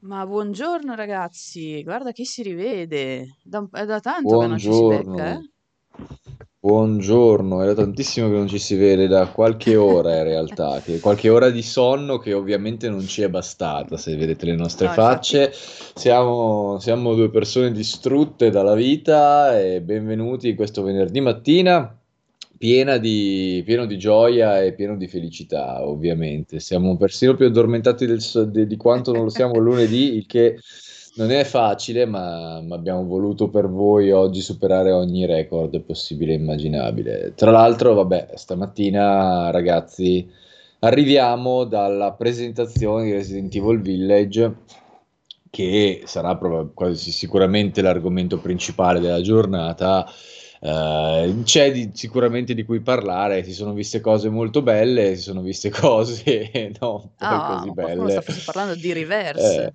Ma buongiorno ragazzi, guarda chi si rivede. È da tanto che non ci si becca, Buongiorno, eh? buongiorno, era tantissimo che non ci si vede da qualche ora in realtà, che qualche ora di sonno che ovviamente non ci è bastata, se vedete le nostre No, infatti, facce, siamo due persone distrutte dalla vita e benvenuti in questo venerdì mattina pieno di gioia e pieno di felicità, ovviamente. Siamo persino più addormentati di quanto non lo siamo lunedì, il che non è facile, ma abbiamo voluto per voi oggi superare ogni record possibile e immaginabile. Tra l'altro, vabbè, stamattina, ragazzi, arriviamo dalla presentazione di Resident Evil Village, che sarà quasi sicuramente l'argomento principale della giornata. Sicuramente di cui parlare, si sono viste cose molto belle, si sono viste cose non poi ah, così ma qualcuno sta belle. forse parlando di Eh, reverse.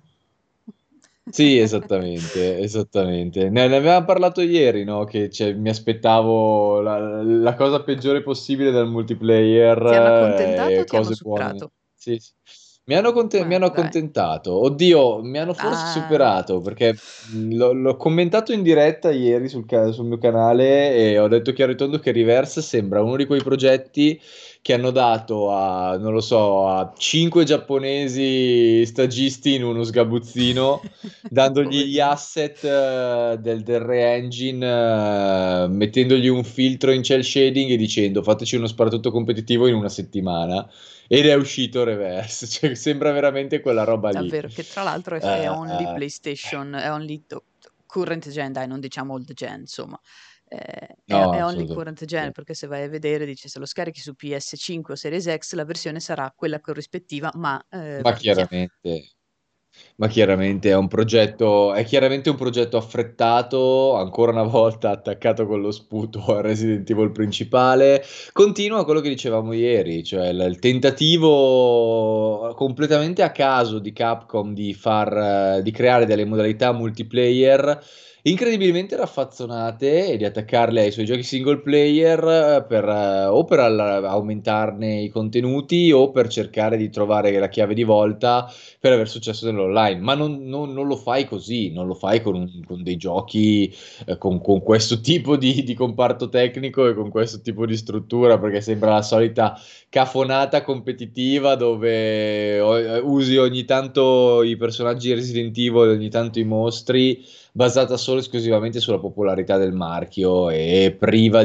sì, esattamente, esattamente. Ne avevamo parlato ieri, no? Che mi aspettavo la cosa peggiore possibile dal multiplayer Ti hanno accontentato o e ti hanno cose buone. superato? Sì, sì. Mi Ma hanno dai. accontentato. Oddio, mi hanno forse Ah, superato perché l'ho commentato in diretta ieri sul mio canale e ho detto chiaro e tondo che Reverse sembra uno di quei progetti che hanno dato a, non lo so, a cinque giapponesi stagisti in uno sgabuzzino, dandogli gli poverini. asset del re-engine, mettendogli un filtro in cel shading e dicendo fateci uno sparatutto competitivo in una settimana. Ed è uscito Reverse, cioè sembra veramente quella roba lì. Davvero, che tra l'altro è only Eh, PlayStation, è only current gen, dai, non diciamo old gen, insomma. no, È only current gen assolutamente. perché se vai a vedere, dice se lo scarichi su PS5 o Series X, la versione sarà quella corrispettiva, ma Ma vecchia. chiaramente. Ma chiaramente è chiaramente un progetto affrettato, ancora una volta attaccato con lo sputo al Resident Evil principale. Continua quello che dicevamo ieri, cioè il tentativo completamente a caso di Capcom di creare delle modalità multiplayer incredibilmente raffazzonate e di attaccarle ai suoi giochi single player o per aumentarne i contenuti o per cercare di trovare la chiave di volta per aver successo nell'online, ma non lo fai così, non lo fai con dei giochi con questo tipo di comparto tecnico e con questo tipo di struttura, perché sembra la solita cafonata competitiva dove usi ogni tanto i personaggi Resident Evil, ogni tanto i mostri, basata solo e esclusivamente sulla popolarità del marchio e priva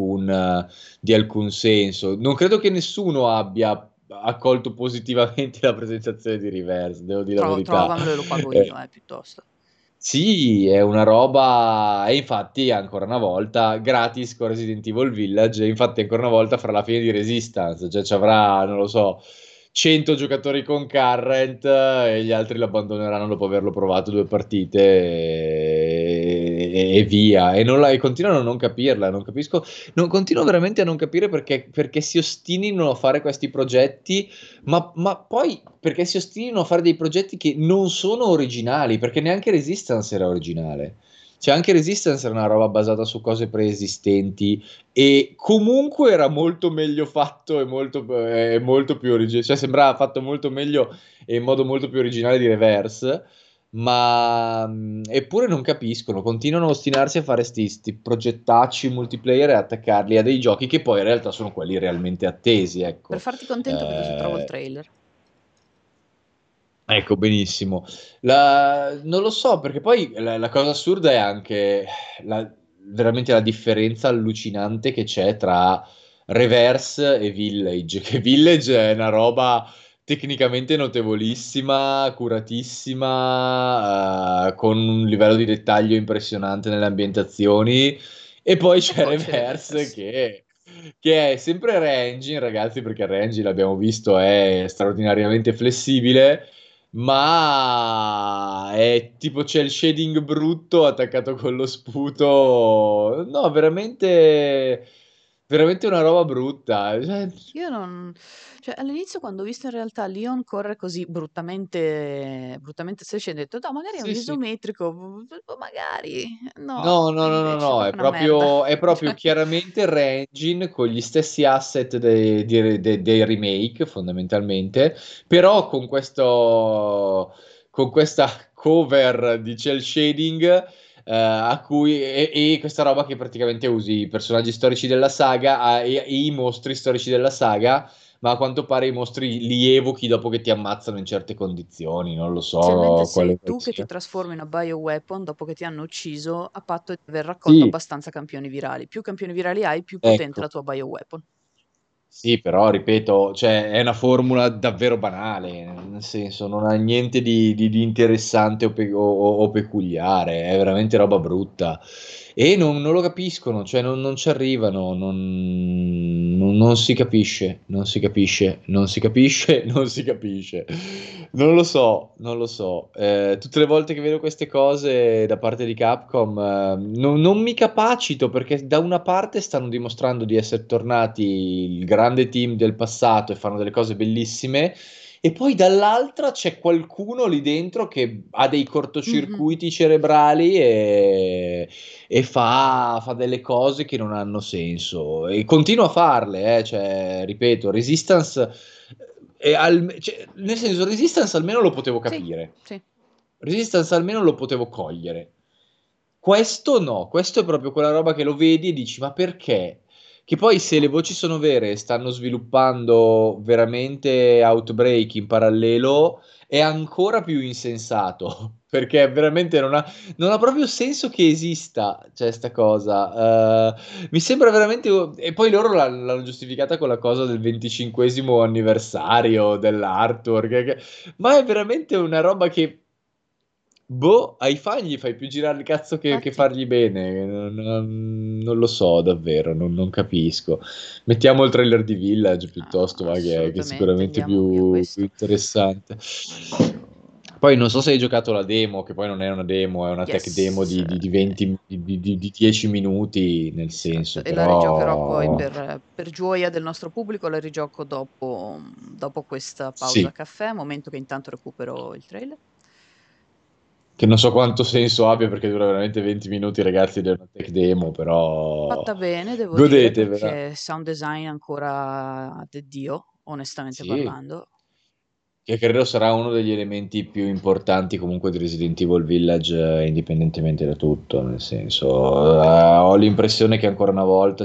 di alcun senso. Non credo che nessuno abbia accolto positivamente la presentazione di Reverse, devo dire la verità. Trovamelo e lo pago Eh, io, piuttosto. sì, è una roba, e infatti ancora una volta gratis con Resident Evil Village, e infatti ancora una volta fra la fine di Resistance, cioè ci avrà, non lo so, 100 giocatori concurrent e gli altri lo abbandoneranno dopo averlo provato due partite e via. E continuano a non capirla, non capisco, continuo veramente a non capire perché si ostinino a fare questi progetti ma poi perché si ostinano a fare dei progetti che non sono originali, perché neanche Resistance era originale. Cioè, anche Resistance era una roba basata su cose preesistenti e comunque era molto meglio fatto e molto più originale. Cioè, sembrava fatto molto meglio e in modo molto più originale di Reverse. Ma eppure non capiscono, continuano a ostinarsi a fare sti progettacci multiplayer e attaccarli a dei giochi che poi in realtà sono quelli realmente attesi, Per ecco. farti contento vedo se trovo il Eh, trailer. ecco, benissimo. Non lo so, perché poi la cosa assurda è anche veramente la differenza allucinante che c'è tra Reverse e Village, che Village è una roba tecnicamente notevolissima, curatissima, con un livello di dettaglio impressionante nelle ambientazioni, e poi E c'è poi c'è Reverse Reverse. che è sempre Re-Engine, ragazzi, perché Re-Engine, l'abbiamo visto, è straordinariamente flessibile, ma è tipo c'è il shading brutto attaccato con lo sputo. No, veramente, veramente una roba brutta. Cioè, Io non cioè all'inizio quando ho visto in realtà Leon correre così bruttamente strisce, ho detto: "No, magari è un sì, sì. isometrico, magari". No, No, no, e no, no, invece è no, proprio una merda. è proprio Cioè chiaramente il re-engine con gli stessi asset dei remake, fondamentalmente, però con con questa cover di cel shading, a cui e questa roba che praticamente usi i personaggi storici della saga e i mostri storici della saga, ma a quanto pare i mostri li evochi dopo che ti ammazzano in certe condizioni, non lo Inizialmente so sei quale tu che ti sia. trasformi in una bioweapon dopo che ti hanno ucciso, a patto di aver raccolto Sì, abbastanza campioni virali. Più campioni virali hai, più potente è ecco. la tua bioweapon. Sì, però ripeto, cioè, è una formula davvero banale, nel senso non ha niente di interessante o peculiare, è veramente roba brutta. E non lo capiscono, cioè non ci arrivano, non si capisce, non si capisce, non si capisce, non si capisce. Non lo so, non lo so. Tutte le volte che vedo queste cose da parte di Capcom, non mi capacito perché da una parte stanno dimostrando di essere tornati il grande team del passato e fanno delle cose bellissime, e poi dall'altra c'è qualcuno lì dentro che ha dei Mhm. cortocircuiti cerebrali e fa delle cose che non hanno senso e continua a farle, cioè, ripeto, Resistance, cioè, nel senso, Resistance almeno lo potevo Sì, capire, sì, Resistance almeno lo potevo cogliere. Questo no, questo è proprio quella roba che lo vedi e dici, ma perché? Che poi se le voci sono vere e stanno sviluppando veramente Outbreak in parallelo, è ancora più insensato, perché veramente non ha proprio senso che esista, cioè, sta cosa. Mi sembra veramente. E poi loro l'hanno giustificata con la cosa del 25esimo anniversario dell'Arthur, ma è veramente una roba che. Boh, ai fan gli fai più girare il cazzo che infatti. fargli bene. Non lo so, davvero, non capisco. Mettiamo il trailer di Village piuttosto, Ah, va, che è assolutamente, sicuramente andiamo via più questo. interessante. Allora, Poi non so se hai giocato la demo, che poi non è una demo, è una tech demo yes, di 20, di 10 minuti, nel esatto. senso, E la rigiocherò poi però. per gioia del nostro pubblico, la rigioco dopo questa pausa Sì, caffè, momento che intanto recupero il trailer. che non so quanto senso abbia perché dura veramente 20 minuti, ragazzi, ed è una tech demo, però Fatta bene, devo dire, godetevela. perché sound design ancora de Dio, onestamente Sì, parlando. che credo sarà uno degli elementi più importanti comunque di Resident Evil Village, indipendentemente da tutto, nel senso, ho l'impressione che ancora una volta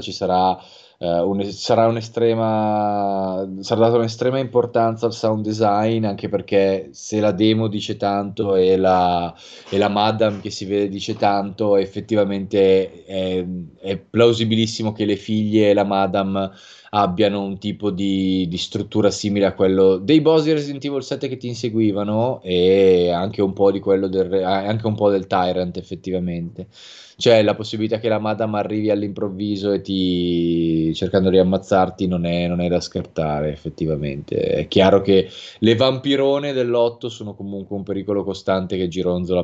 sarà data un'estrema importanza al sound design, anche perché se la demo dice tanto e la Madame che si vede dice tanto, effettivamente è plausibilissimo che le figlie e la Madame abbiano un tipo di struttura simile a quello dei boss di Resident Evil 7 che ti inseguivano e anche un po' di quello anche un po' del Tyrant effettivamente. C'è la possibilità che la Madame arrivi all'improvviso e cercando di ammazzarti non è da scartare effettivamente. È chiaro che le vampirone dell'8 sono comunque un pericolo costante che gironzola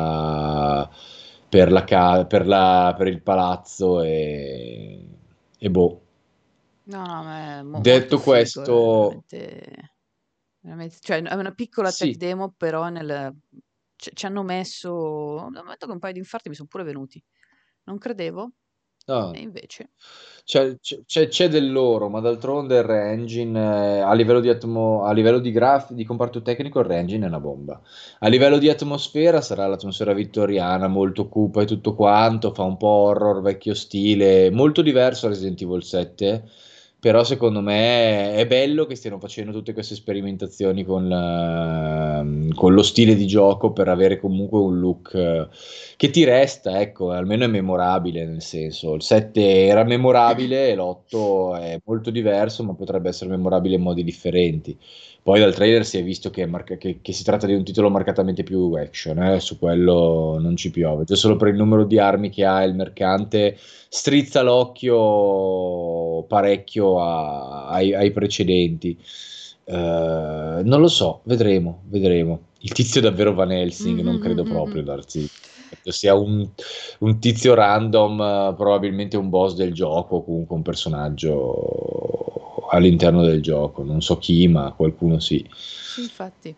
per il palazzo e boh. No, no, ma è molto Detto figo, è questo, veramente, veramente, cioè è una piccola tech sì, demo, però ci hanno messo, dal momento che un paio di infarti mi sono pure venuti. Non credevo, e no, invece, c'è del loro, ma d'altronde il Re-Engine, a livello di comparto tecnico, il Re-Engine è una bomba. A livello di atmosfera sarà l'atmosfera vittoriana, molto cupa e tutto quanto, fa un po' horror vecchio stile, molto diverso da Resident Evil 7, però secondo me è bello che stiano facendo tutte queste sperimentazioni con lo stile di gioco per avere comunque un look che ti resta, ecco, almeno è memorabile, nel senso, il 7 era memorabile e l'8 è molto diverso, ma potrebbe essere memorabile in modi differenti. Poi dal trailer si è visto che si tratta di un titolo marcatamente più action, su quello non ci piove. Già solo per il numero di armi che ha il mercante, strizza l'occhio parecchio ai precedenti. Non lo so, vedremo, vedremo. Il tizio è davvero Van Helsing, non credo proprio, Darcy. Credo sia un tizio random, probabilmente un boss del gioco, o comunque un personaggio all'interno del gioco. Non so chi, ma qualcuno sì. sì, infatti.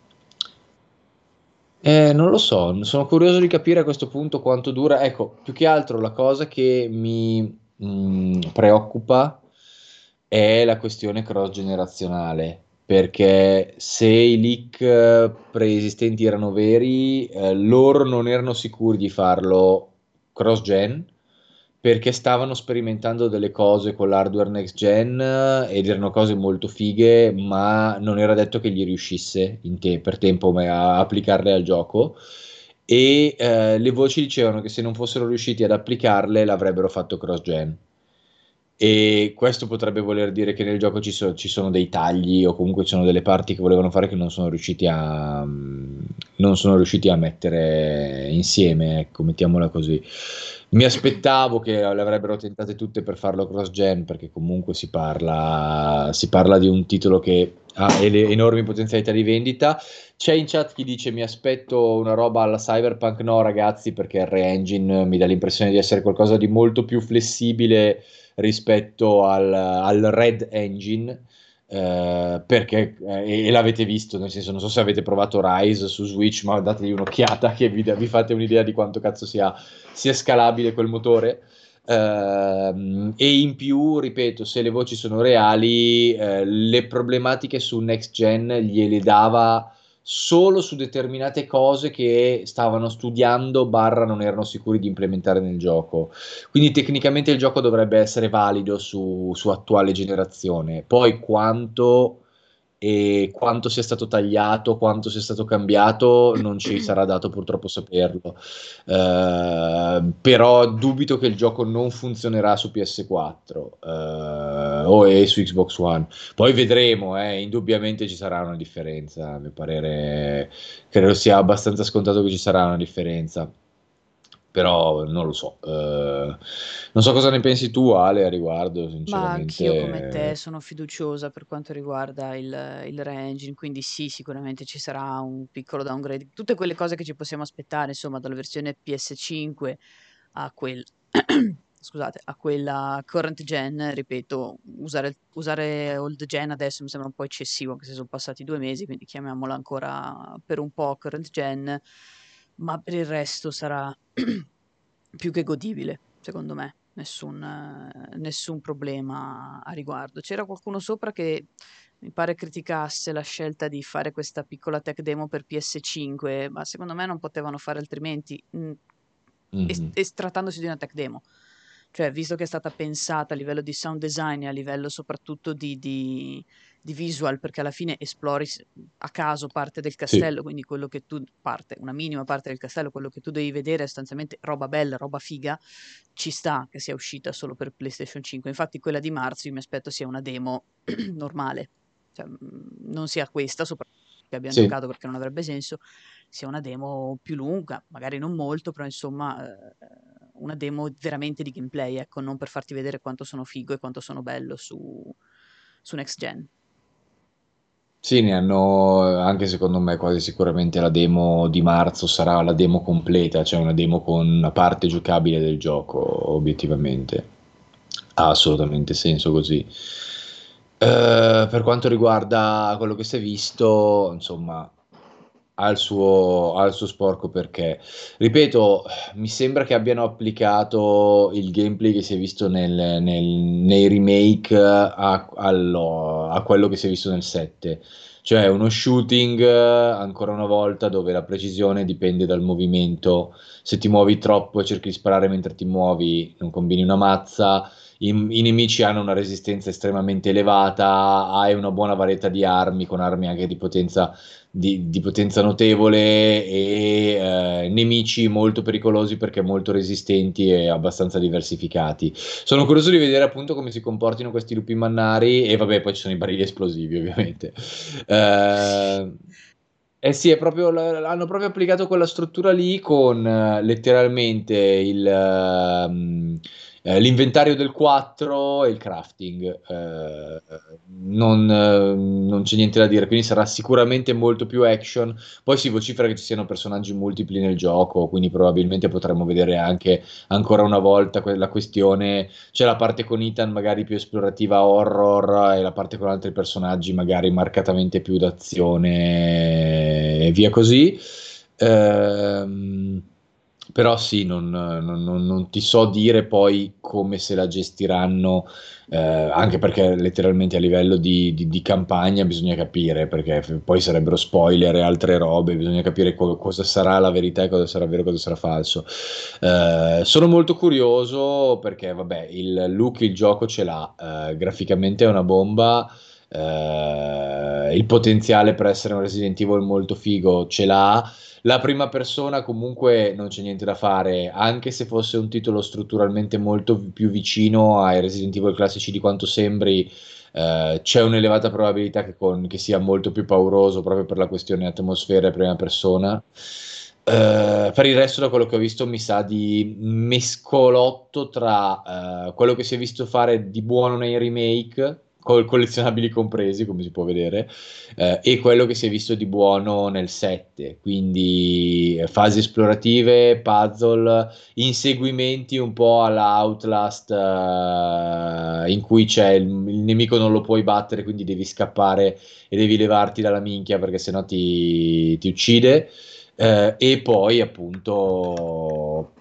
Non lo so, sono curioso di capire a questo punto quanto dura. Ecco, più che altro la cosa che mi preoccupa è la questione cross-generazionale, perché se i leak preesistenti erano veri, loro non erano sicuri di farlo cross-gen, perché stavano sperimentando delle cose con l'hardware next gen ed erano cose molto fighe, ma non era detto che gli riuscisse per tempo a applicarle al gioco. E le voci dicevano che se non fossero riusciti ad applicarle l'avrebbero fatto cross-gen. E questo potrebbe voler dire che nel gioco ci sono dei tagli o comunque ci sono delle parti che volevano fare che non sono riusciti a mettere insieme, ecco, mettiamola così. Mi aspettavo che le avrebbero tentate tutte per farlo cross-gen, perché comunque si parla di un titolo che ha enormi potenzialità di vendita. C'è in chat chi dice mi aspetto una roba alla Cyberpunk. No, ragazzi, perché il Re-Engine mi dà l'impressione di essere qualcosa di molto più flessibile rispetto al Red Engine, perché, e l'avete visto, nel senso, non so se avete provato Rise su Switch, ma dategli un'occhiata che vi fate un'idea di quanto cazzo sia scalabile quel motore. E in più, ripeto, se le voci sono reali, le problematiche su Next Gen gliele dava solo su determinate cose che stavano studiando barra non erano sicuri di implementare nel gioco. Quindi tecnicamente il gioco dovrebbe essere valido su attuale generazione. Poi quanto sia stato tagliato, quanto sia stato cambiato, non ci sarà dato purtroppo saperlo. Però dubito che il gioco non funzionerà su PS4 e su Xbox One. Poi vedremo, indubbiamente ci sarà una differenza. A mio parere, credo sia abbastanza scontato che ci sarà una differenza. Però non lo so. Non so cosa ne pensi tu, Ale, a riguardo, Ma anch'io come te sinceramente. sono fiduciosa per quanto riguarda il re-engine, quindi sì, sicuramente ci sarà un piccolo downgrade. Tutte quelle cose che ci possiamo aspettare, insomma, dalla versione PS5 a scusate, a quella current gen, ripeto, usare old gen adesso mi sembra un po' eccessivo, anche se sono passati 2 mesi, quindi chiamiamola ancora per un po' current gen, ma per il resto sarà più che godibile, secondo me. Nessun problema a riguardo. C'era qualcuno sopra che mi pare criticasse la scelta di fare questa piccola tech demo per PS5, ma secondo me non potevano fare altrimenti, Mhm. trattandosi di una tech demo. Cioè, visto che è stata pensata a livello di sound design e a livello soprattutto di visual, perché alla fine esplori a caso parte del Sì. castello, quindi quello che tu parte, una minima parte del castello, quello che tu devi vedere è sostanzialmente roba bella, roba figa, ci sta che sia uscita solo per PlayStation 5. Infatti quella di marzo io mi aspetto sia una demo normale, cioè, non sia questa, soprattutto che abbiamo Sì. giocato perché non avrebbe senso, sia una demo più lunga, magari non molto, però insomma una demo veramente di gameplay, ecco, non per farti vedere quanto sono figo e quanto sono bello su Next Gen. Sì, ne hanno anche secondo me quasi sicuramente la demo di marzo sarà la demo completa, cioè una demo con una parte giocabile del gioco, obiettivamente. Ha assolutamente senso così. Per quanto riguarda quello che si è visto, insomma, ha il suo sporco perché, ripeto, mi sembra che abbiano applicato il gameplay che si è visto nei remake a quello che si è visto nel 7. Cioè uno shooting, ancora una volta, dove la precisione dipende dal movimento. Se ti muovi troppo e cerchi di sparare mentre ti muovi, non combini una mazza. I nemici hanno una resistenza estremamente elevata, hai una buona varietà di armi, con armi anche di potenza notevole, e nemici molto pericolosi perché molto resistenti e abbastanza diversificati. Sono curioso di vedere appunto come si comportino questi lupi mannari, e vabbè, poi ci sono i barili esplosivi, ovviamente. Eh, eh sì, hanno proprio applicato quella struttura lì con letteralmente l'inventario del 4 e il crafting. Non c'è niente da dire, quindi sarà sicuramente molto più action. Poi si vocifera che ci siano personaggi multipli nel gioco, quindi probabilmente potremmo vedere anche ancora una volta la questione. C'è la parte con Ethan magari più esplorativa horror, e la parte con altri personaggi magari marcatamente più d'azione e via così. Ehm, Però sì, non ti so dire poi come se la gestiranno, anche perché letteralmente a livello di campagna bisogna capire, perché poi sarebbero spoiler e altre robe, bisogna capire cosa sarà la verità e cosa sarà vero e cosa sarà falso. Sono molto curioso perché, vabbè, il look, il gioco ce l'ha, graficamente è una bomba. Il potenziale per essere un Resident Evil molto figo ce l'ha. La prima persona comunque non c'è niente da fare, anche se fosse un titolo strutturalmente molto più vicino ai Resident Evil classici di quanto sembri, c'è un'elevata probabilità che sia molto più pauroso proprio per la questione atmosfera e prima persona. Per il resto, da quello che ho visto, mi sa di mescolotto tra quello che si è visto fare di buono nei remake, collezionabili compresi, come si può vedere, e quello che si è visto di buono nel 7, quindi fasi esplorative, puzzle, inseguimenti un po' alla Outlast, in cui c'è il nemico non lo puoi battere, quindi devi scappare e devi levarti dalla minchia perché sennò ti uccide. E poi appunto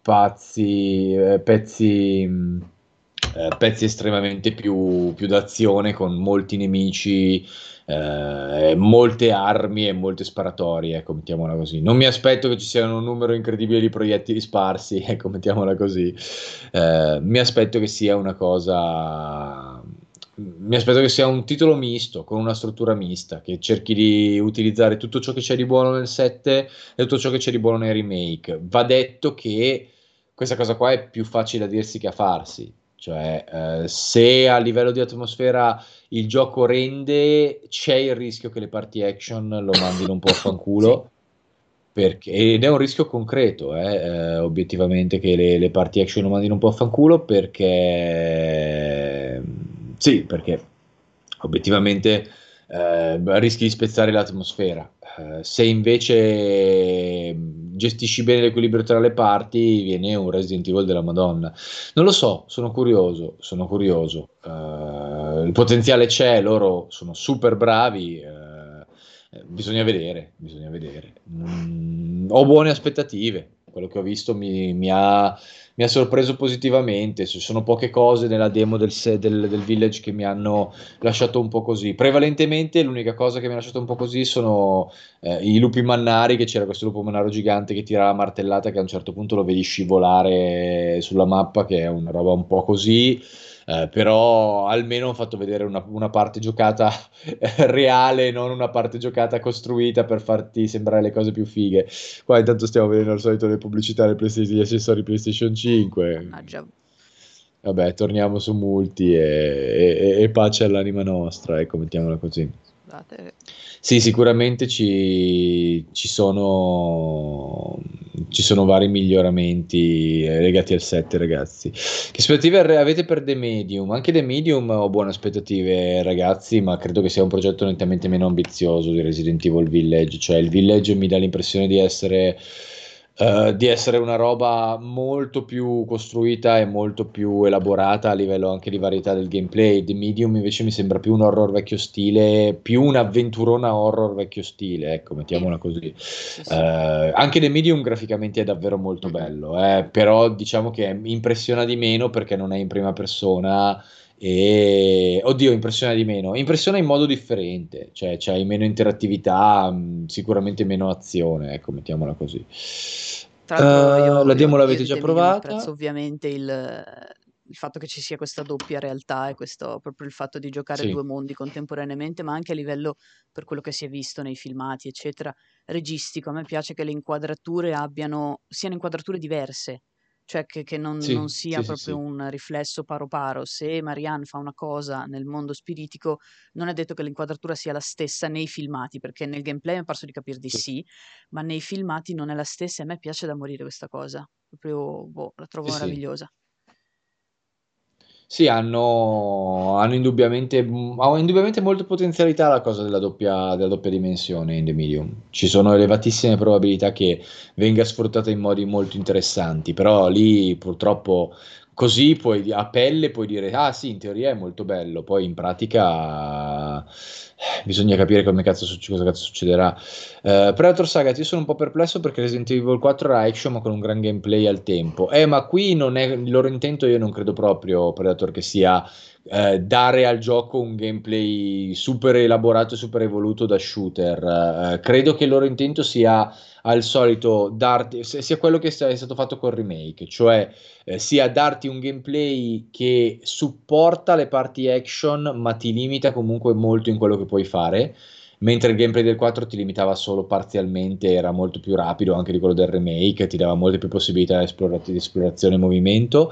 pezzi estremamente più d'azione con molti nemici, molte armi e molte sparatorie, ecco, mettiamola così. Non mi aspetto che ci siano un numero incredibile di proiettili sparsi, ecco, mettiamola così. Mi aspetto che sia una cosa. Mi aspetto che sia un titolo misto, con una struttura mista, che cerchi di utilizzare tutto ciò che c'è di buono nel 7 e tutto ciò che c'è di buono nei remake. Va detto che questa cosa qua è più facile a dirsi che a farsi. Cioè, se a livello di atmosfera il gioco rende, c'è il rischio che le parti action lo mandino un po' a Sì. fanculo. Ed è un rischio concreto, obiettivamente, che le parti action lo mandino un po' a fanculo perché sì, perché obiettivamente rischi di spezzare l'atmosfera. Se invece gestisci bene l'equilibrio tra le parti, viene un Resident Evil della Madonna. Non lo so, sono curioso, sono curioso. Il potenziale c'è, loro sono super bravi. Bisogna vedere, bisogna vedere. Ho buone aspettative. Quello che ho visto mi ha sorpreso positivamente. Ci sono poche cose nella demo del Village che mi hanno lasciato un po' così. Prevalentemente l'unica cosa che mi ha lasciato un po' così sono i lupi mannari, che c'era questo lupo mannaro gigante che tira la martellata, che a un certo punto lo vedi scivolare sulla mappa, che è una roba un po' così. Però almeno ho fatto vedere una parte giocata reale, non una parte giocata costruita per farti sembrare le cose più fighe. Qua intanto stiamo vedendo al solito le pubblicità degli accessori PlayStation 5. Mannaggia. Vabbè, torniamo su Multi e pace all'anima nostra, ecco, mettiamola così. Scusate. Sì, sicuramente ci sono vari miglioramenti legati al set, ragazzi. Che aspettative avete per The Medium? Anche The Medium ho buone aspettative, ragazzi, ma credo che sia un progetto nettamente meno ambizioso di Resident Evil Village. Cioè, il Village mi dà l'impressione di essere una roba molto più costruita e molto più elaborata a livello anche di varietà del gameplay. The Medium invece mi sembra più un horror vecchio stile, più un'avventurona horror vecchio stile, ecco, Sì, mettiamola così. sì, sì. Anche The Medium graficamente è davvero molto Mm-mm. bello, però diciamo che impressiona di meno perché non è in prima persona. E oddio, impressiona di meno, impressiona in modo differente, cioè c'hai meno interattività, sicuramente meno azione, ecco, mettiamola così. Tra l'altro La demo io l'avete di già The Medium apprezzo provata? ovviamente il fatto che ci sia questa doppia realtà e questo, proprio il fatto di giocare Sì, due mondi contemporaneamente, ma anche a livello, per quello che si è visto nei filmati, eccetera, registico. A me piace che le inquadrature siano inquadrature diverse, cioè che non sì, sia sì, sì, proprio sì, un riflesso paro paro. Se Marianne fa una cosa nel mondo spiritico, non è detto che l'inquadratura sia la stessa nei filmati, perché nel gameplay mi è parso di capire di sì, sì, ma nei filmati non è la stessa e a me piace da morire questa cosa. Proprio, boh, la trovo sì, sì. meravigliosa. Sì, ha indubbiamente molte potenzialità la cosa della doppia dimensione in The Medium. Ci sono elevatissime probabilità che venga sfruttata in modi molto interessanti, però lì purtroppo Così poi a pelle puoi dire, ah sì, in teoria è molto bello, poi in pratica bisogna capire cosa cazzo succederà. Predator Saga, io sono un po' perplesso perché Resident Evil 4 era action ma con un gran gameplay al tempo. Ma qui non è il loro intento, io non credo proprio, Predator, che sia dare al gioco un gameplay super elaborato e super evoluto da shooter. Credo che il loro intento sia al solito darti, sia quello che è stato fatto col remake, cioè sia darti un gameplay che supporta le parti action, ma ti limita comunque molto in quello che puoi fare. Mentre il gameplay del 4 ti limitava solo parzialmente, era molto più rapido anche di quello del remake, ti dava molte più possibilità di esplorazione e movimento.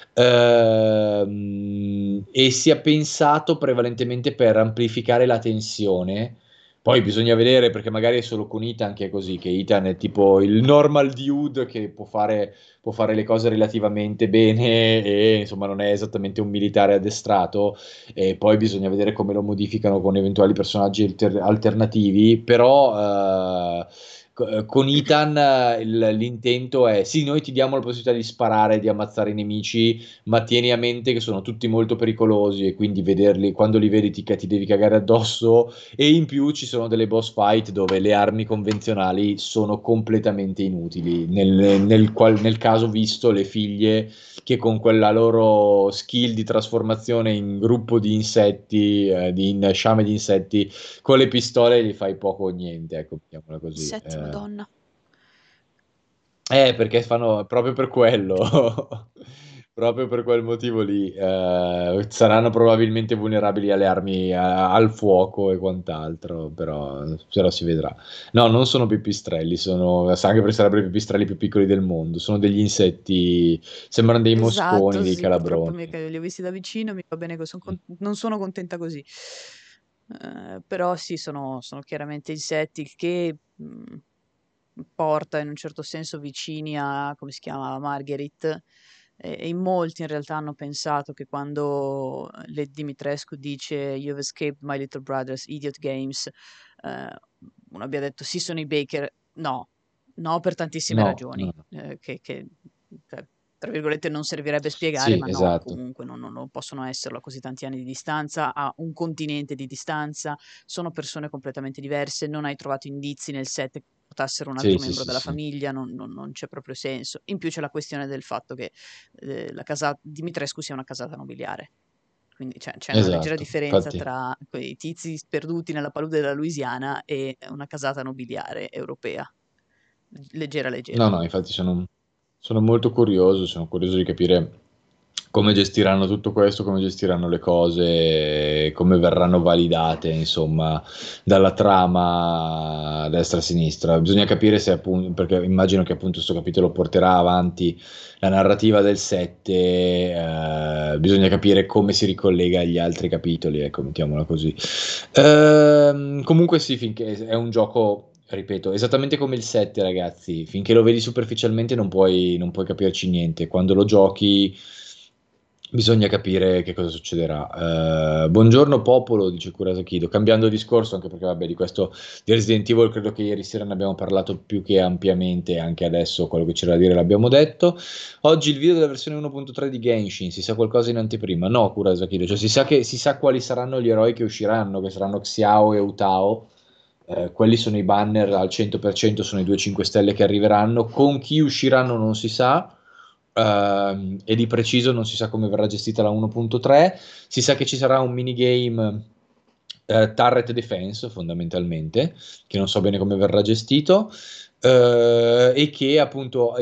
E sia pensato prevalentemente per amplificare la tensione. Poi bisogna vedere perché magari è solo con Ethan che è così, che Ethan è tipo il normal dude che può fare le cose relativamente bene e insomma non è esattamente un militare addestrato, e poi bisogna vedere come lo modificano con eventuali personaggi alternativi, però con Ethan l'intento è sì, noi ti diamo la possibilità di sparare, di ammazzare i nemici, ma tieni a mente che sono tutti molto pericolosi e quindi vederli, quando li vedi ti devi cagare addosso, e in più ci sono delle boss fight dove le armi convenzionali sono completamente inutili. Nel caso visto le figlie che con quella loro skill di trasformazione in gruppo di insetti, in sciame di insetti, con le pistole gli fai poco o niente, ecco, mettiamola così. Insetti, madonna. Perché fanno proprio per quello, proprio per quel motivo lì, saranno probabilmente vulnerabili alle armi, al fuoco e quant'altro, però si vedrà. No, non sono pipistrelli, anche perché sarebbero i pipistrelli più piccoli del mondo, sono degli insetti, sembrano dei mosconi, Esatto, dei sì, purtroppo calabroni. li ho visti da vicino, mi va bene, non sono contenta così. Però sì, sono chiaramente insetti, il che porta in un certo senso vicini a, come si chiama, Margherita, e in molti in realtà hanno pensato che quando Lady Dimitrescu dice You've escaped my little brother's idiot games, eh, uno abbia detto sì, sono i Baker. No, no, per tantissime No, no, ragioni, no. cioè, tra virgolette, non servirebbe spiegare, Sì, ma no, esatto. comunque non possono esserlo a così tanti anni di distanza, a un continente di distanza, sono persone completamente diverse, non hai trovato indizi nel set che portassero un Sì, altro sì, membro sì, della sì. famiglia, non c'è proprio senso. In più c'è la questione del fatto che la casa Dimitrescu sia una casata nobiliare. Quindi c'è una leggera Esatto, differenza infatti. tra quei tizi sperduti nella palude della Louisiana e una casata nobiliare europea. Leggera, leggera. No, no, infatti sono molto curioso, sono curioso di capire come gestiranno tutto questo, come gestiranno le cose, come verranno validate, insomma, dalla trama a destra e a sinistra. Bisogna capire se appunto, perché immagino che appunto questo capitolo porterà avanti la narrativa del 7, bisogna capire come si ricollega agli altri capitoli, ecco, mettiamola così. Comunque sì, finché è un gioco, ripeto, esattamente come il 7, ragazzi, finché lo vedi superficialmente non puoi capirci niente. Quando lo giochi bisogna capire che cosa succederà. Buongiorno popolo, dice Kurasakido, cambiando discorso, anche perché vabbè, di questo di Resident Evil credo che ieri sera ne abbiamo parlato più che ampiamente, anche adesso quello che c'era da dire l'abbiamo detto. Oggi il video della versione 1.3 di Genshin, si sa qualcosa in anteprima? No, Kurasakido, cioè si sa quali saranno gli eroi che usciranno, che saranno Xiao e Utao. Quelli sono i banner al 100%, sono i 2 5 stelle che arriveranno. Con chi usciranno non si sa, e di preciso non si sa come verrà gestita la 1.3. Si sa che ci sarà un minigame, turret defense fondamentalmente, che non so bene come verrà gestito, e che appunto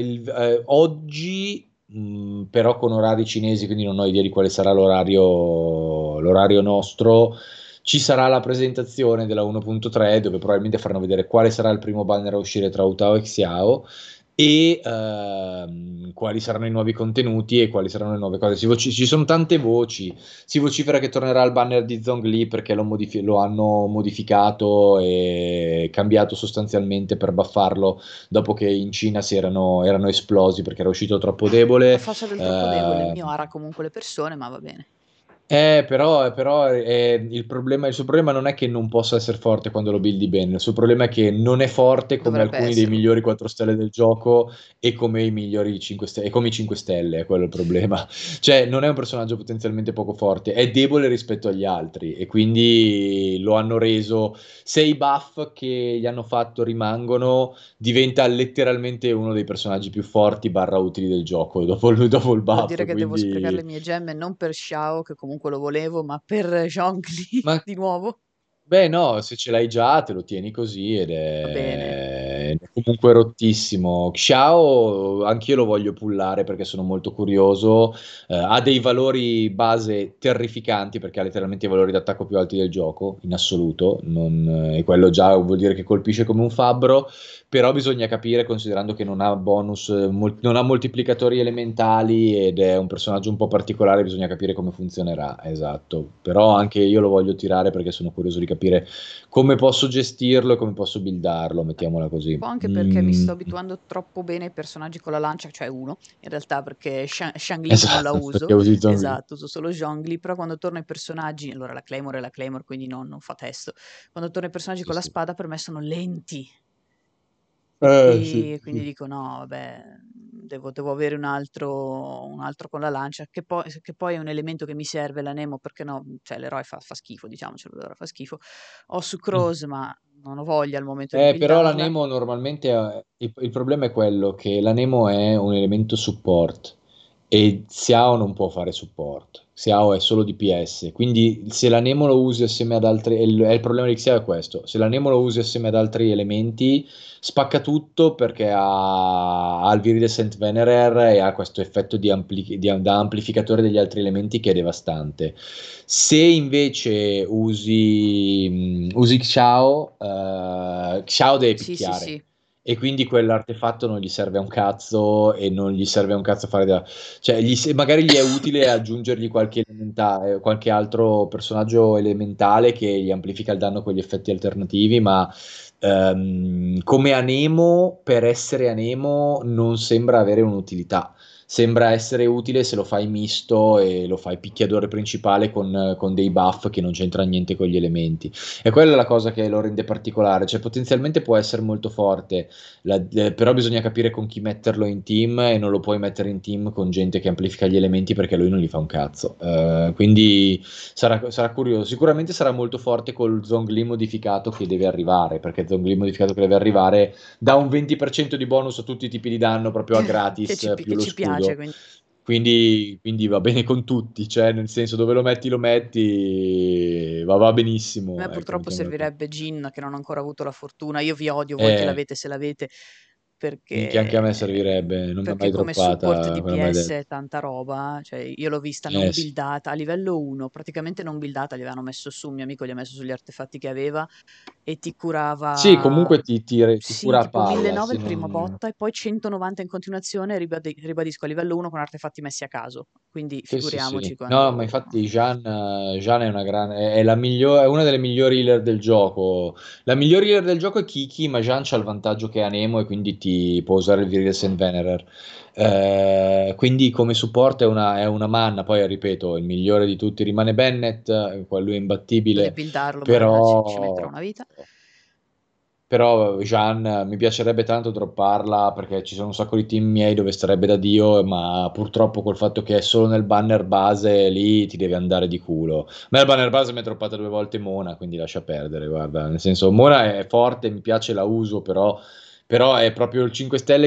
oggi, però con orari cinesi, quindi non ho idea di quale sarà l'orario nostro. Ci sarà la presentazione della 1.3 dove probabilmente faranno vedere quale sarà il primo banner a uscire tra Utao e Xiao, e quali saranno i nuovi contenuti e quali saranno le nuove cose. Ci sono tante voci. Si vocifera che tornerà il banner di Zhongli perché lo hanno modificato e cambiato sostanzialmente per buffarlo dopo che in Cina erano esplosi perché era uscito troppo La debole. faccia del troppo debole, il Eh, mio ara comunque le persone, ma va bene. Il suo problema non è che non possa essere forte quando lo buildi bene, il suo problema è che non è forte come Dovrebbe alcuni dei esserlo. migliori 4 stelle del gioco e come i migliori 5 stelle, e come i 5 stelle, è quello il problema. Cioè, non è un personaggio potenzialmente poco forte, è debole rispetto agli altri e quindi lo hanno reso, se i buff che gli hanno fatto rimangono, diventa letteralmente uno dei personaggi più forti barra utili del gioco dopo il Vuol dire buff, che devo sprecare le quindi... mie gemme non per Xiao, che comunque lo volevo, ma per Zhongli Ma di nuovo? beh, no, se ce l'hai già te lo tieni così ed Va bene. è comunque rottissimo. Xiao, anch'io lo voglio pullare perché sono molto curioso. Ha dei valori base terrificanti perché ha letteralmente i valori d'attacco più alti del gioco, in assoluto. E quello già vuol dire che colpisce come un fabbro. Però bisogna capire, considerando che non ha bonus, non ha moltiplicatori elementali ed è un personaggio un po' particolare, bisogna capire come funzionerà, esatto. Però anche io lo voglio tirare perché sono curioso di capire come posso gestirlo e come posso buildarlo, mettiamola così. Po' anche perché mi Mm, sto abituando troppo bene ai personaggi con la lancia, cioè uno, in realtà perché Shangli non la esatto, uso, perché usi Zhongli. esatto, uso solo Zhongli, però quando torno ai personaggi, allora la Claymore è la Claymore, quindi non fa testo, quando torno ai personaggi Sì, con la sì. spada per me sono lenti, Sì, quindi sì. dico no, vabbè, devo avere un altro con la lancia, che poi è un elemento che mi serve, la Nemo, perché no, cioè l'eroe fa schifo, diciamocelo, l'eroe fa schifo. Ho su Crows, ma non ho voglia al momento di Però la buildarla. Nemo normalmente il problema è quello che la Nemo è un elemento support e Xiao non può fare support. Xiao è solo DPS, quindi se la Nemo lo usi assieme ad altri, il problema di Xiao è questo, se la Nemo lo usi assieme ad altri elementi spacca tutto perché ha il Viridescent Venerer e ha questo effetto da amplificatore degli altri elementi che è devastante. Se invece usi Xiao, Xiao deve Sì, sì, picchiare sì. e quindi quell'artefatto non gli serve a un cazzo e non gli serve a un cazzo fare cioè magari gli è utile aggiungergli qualche altro personaggio elementale che gli amplifica il danno con gli effetti alternativi, ma come Anemo, per essere Anemo, non sembra avere un'utilità. Sembra essere utile se lo fai misto e lo fai picchiadore principale con dei buff che non c'entra niente con gli elementi. E quella è la cosa che lo rende particolare, cioè potenzialmente può essere molto forte, però bisogna capire con chi metterlo in team e non lo puoi mettere in team con gente che amplifica gli elementi perché lui non gli fa un cazzo. Quindi sarà curioso. Sicuramente sarà molto forte col Zhongli modificato che deve arrivare, perché il Zhongli modificato che deve arrivare dà un 20% di bonus a tutti i tipi di danno proprio a gratis più Che lo ci piace, scudo. quindi Quindi va bene con tutti, cioè nel senso dove lo metti, va a benissimo, me ecco, purtroppo mettiamola così. servirebbe Jin, che non ho ancora avuto la fortuna. Io vi odio, voi che Eh, l'avete se l'avete, minchia, anche a me perché, servirebbe, non mi ha perché mai come support droppata, come mai DPS è detto. tanta roba. Cioè, io l'ho vista non Eh sì. buildata a livello 1, praticamente non buildata, gli avevano messo su, un mio amico gli ha messo sugli artefatti che aveva e ti Sì, curava, comunque ti sì, cura a tipo palla, 1009 sì, il prima non... botta e poi 190 in continuazione, ribadisco, a livello 1 con artefatti messi a caso. Quindi Sì, sì, figuriamoci sì. No, ma quando... infatti Jean è una è è una delle migliori healer del gioco. La migliore healer del gioco è Kiki, ma Jean c'ha il vantaggio che ha Nemo e quindi ti può usare il Viridescent Venerer. Quindi come supporto è una manna, poi ripeto, il migliore di tutti rimane Bennett, lui è di imbattibile, buildarlo, ma ci metterò però... una vita. Però Jean mi piacerebbe tanto dropparla perché ci sono un sacco di team miei dove starebbe da Dio, ma purtroppo col fatto che è solo nel banner base lì ti deve andare di culo. A me il banner base mi è droppata 2 volte Mona, quindi lascia perdere, guarda. Nel senso, Mona è forte, mi piace, la uso, però è proprio il 5 stelle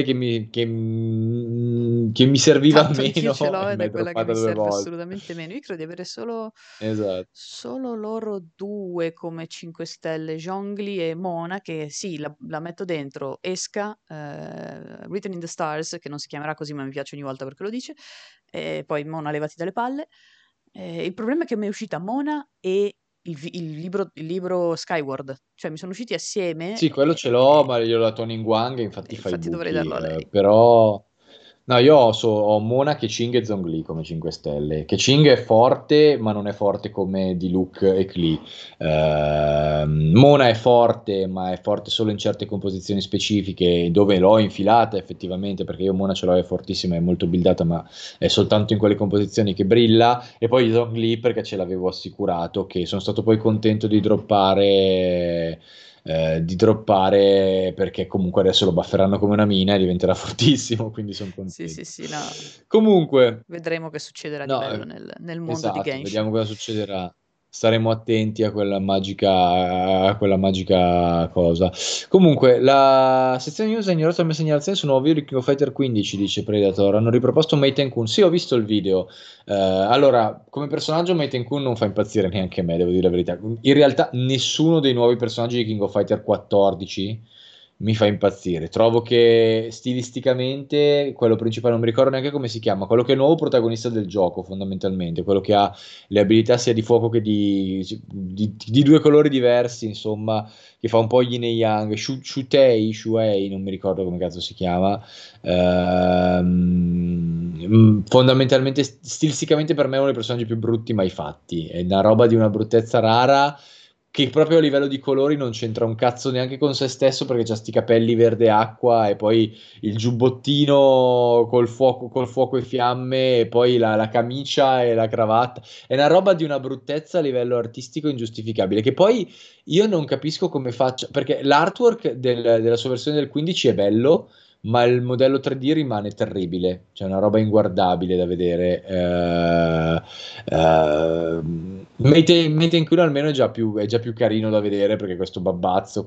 che mi serviva Tanto anch'io meno ce l'ho e ed mi è è quella che droppata mi due serve volte. assolutamente meno. Io credo di avere Esatto. solo loro due come 5 stelle, Jongli e Mona, che sì, la metto dentro, esca, Written in the Stars, che non si chiamerà così, ma mi piace ogni volta perché lo dice, e poi Mona levati dalle palle. Il problema è che mi è uscita Mona e il libro Skyward, cioè mi sono usciti assieme Sì, quello ce l'ho, ma io la Toning Wang, infatti fa i infatti dovrei buchi, darlo a lei. però... No, io ho Mona, Keqing e Zhongli come 5 stelle. Keqing è forte, ma non è forte come Diluc e Klee. Mona è forte, ma è forte solo in certe composizioni specifiche, dove l'ho infilata effettivamente, perché io Mona ce l'ho, è fortissima, è molto buildata, ma è soltanto in quelle composizioni che brilla. E poi Zhongli perché ce l'avevo assicurato, che sono stato poi contento di droppare perché comunque adesso lo bufferanno come una mina e diventerà fortissimo, quindi sono Sì, sì, contento. sì, no. Comunque, Vedremo che succederà di no, bello nel mondo di esatto, Genshin. vediamo cosa succederà. Staremo attenti a quella magica cosa. Comunque, la sezione news ha ignorato la mia segnalazione su un nuovo video di King of Fighter 15, dice Predator. Hanno riproposto Mei Kun. Sì, ho visto il video. Allora, come personaggio Mei Kun non fa impazzire neanche me, devo dire la verità. In realtà nessuno dei nuovi personaggi di King of Fighter 14 mi fa impazzire. Trovo che stilisticamente quello principale, non mi ricordo neanche come si chiama, quello che è il nuovo protagonista del gioco, fondamentalmente, quello che ha le abilità sia di fuoco che di due colori diversi, insomma, che fa un po' yin e yang. Shuei, non mi ricordo come cazzo si chiama. Fondamentalmente, stilisticamente per me è uno dei personaggi più brutti mai fatti. È una roba di una bruttezza rara che proprio a livello di colori non c'entra un cazzo neanche con se stesso perché c'ha sti capelli verde acqua e poi il giubbottino col fuoco e fiamme e poi la camicia e la cravatta. È una roba di una bruttezza a livello artistico ingiustificabile che poi io non capisco come faccia, perché l'artwork della sua versione del 15 è bello, ma il modello 3D rimane terribile, cioè una roba inguardabile da vedere. Mate in Cure almeno è già più carino da vedere perché questo babbazzo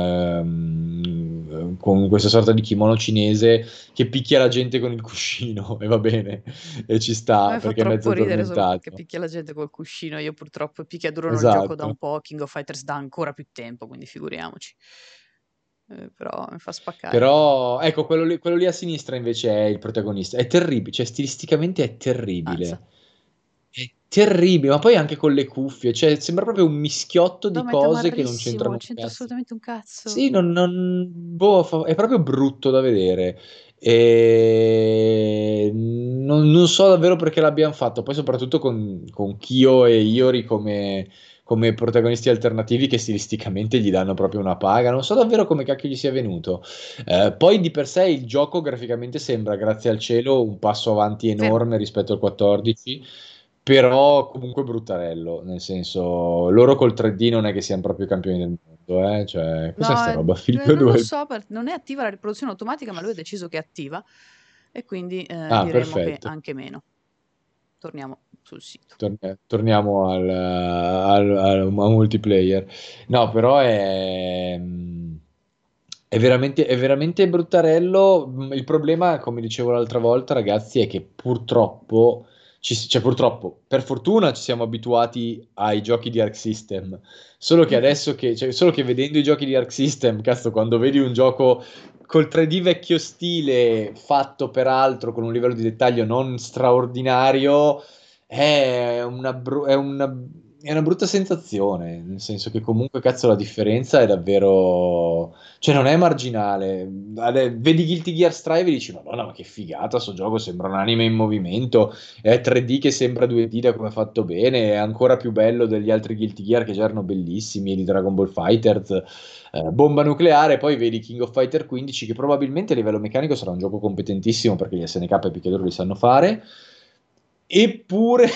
con questa sorta di kimono cinese che picchia la gente con il cuscino e va bene, e ci A sta me fa perché è mezzo troppo ridere solo perché addormentato. picchia la gente col cuscino. Io purtroppo picchiaduro non gioco da Esatto. un po', King of Fighters da ancora più tempo, quindi figuriamoci. Però mi fa spaccare. Però, ecco, quello lì a sinistra invece è il protagonista. È terribile, cioè stilisticamente è Mazza. terribile. È terribile, ma poi anche con le cuffie, cioè sembra proprio un mischiotto No, di ma è cose che non tamarrissimo, c'entrano non un c'entra cazzo. assolutamente un cazzo. Sì, boh, è proprio brutto da vedere. E non so davvero perché l'abbiamo fatto. Poi, soprattutto con Kyo e Iori come protagonisti alternativi che stilisticamente gli danno proprio una paga. Non so davvero come cacchio gli sia venuto. Poi di per sé il gioco graficamente sembra, grazie al cielo, un passo avanti Vero. enorme rispetto al 14. Però comunque bruttarello, nel senso, loro col 3D non è che siano proprio i campioni del mondo, eh? Cioè, cos'è No, sta roba? Figlio non lo 2? so, non è attiva la riproduzione automatica, ma lui ha deciso che è attiva e quindi Ah, diremo che perfetto. anche meno. Torniamo sul sito. Torniamo al multiplayer. No, però è veramente bruttarello. Il problema, come dicevo l'altra volta, ragazzi, è che purtroppo, cioè purtroppo, per fortuna ci siamo abituati ai giochi di Arc System. Solo che adesso solo che vedendo i giochi di Arc System, cazzo, quando vedi un gioco col 3D vecchio stile, fatto peraltro con un livello di dettaglio non straordinario, è una brutta sensazione, nel senso che comunque, cazzo, la differenza è davvero, cioè non è marginale. Vedi Guilty Gear Strive e dici, Madonna, ma che figata, sto gioco sembra un anime in movimento, è 3D che sembra 2D da come è fatto bene, è ancora più bello degli altri Guilty Gear che già erano bellissimi, e di Dragon Ball Fighters, bomba nucleare. Poi vedi King of Fighter 15 che probabilmente a livello meccanico sarà un gioco competentissimo perché gli SNK e picchiaduro li sanno fare. Eppure,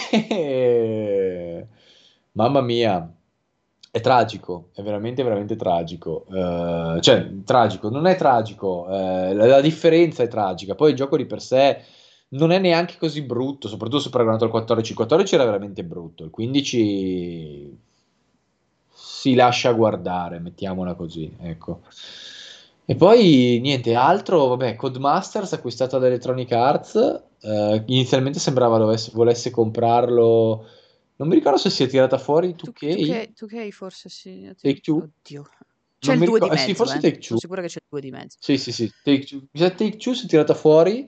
mamma mia, è tragico, è veramente tragico. Cioè, tragico, non è tragico, la differenza è tragica. Poi il gioco di per sé non è neanche così brutto, soprattutto se paragonato al 14. Il 14 era veramente brutto, il 15 si lascia guardare, mettiamola così, ecco. E poi niente altro, vabbè, Codemasters acquistato da Electronic Arts, inizialmente sembrava volesse comprarlo, non mi ricordo se si è tirata fuori 2K, 2K forse sì. Take-Two, Oddio. C'è non il mi 2 di ricordo, sì, mezzo, forse eh. Sono Take-Two, sicura che c'è il 2 di mezzo. sì, sì, sì, Take-Two. Mi sa Take-Two si è tirata fuori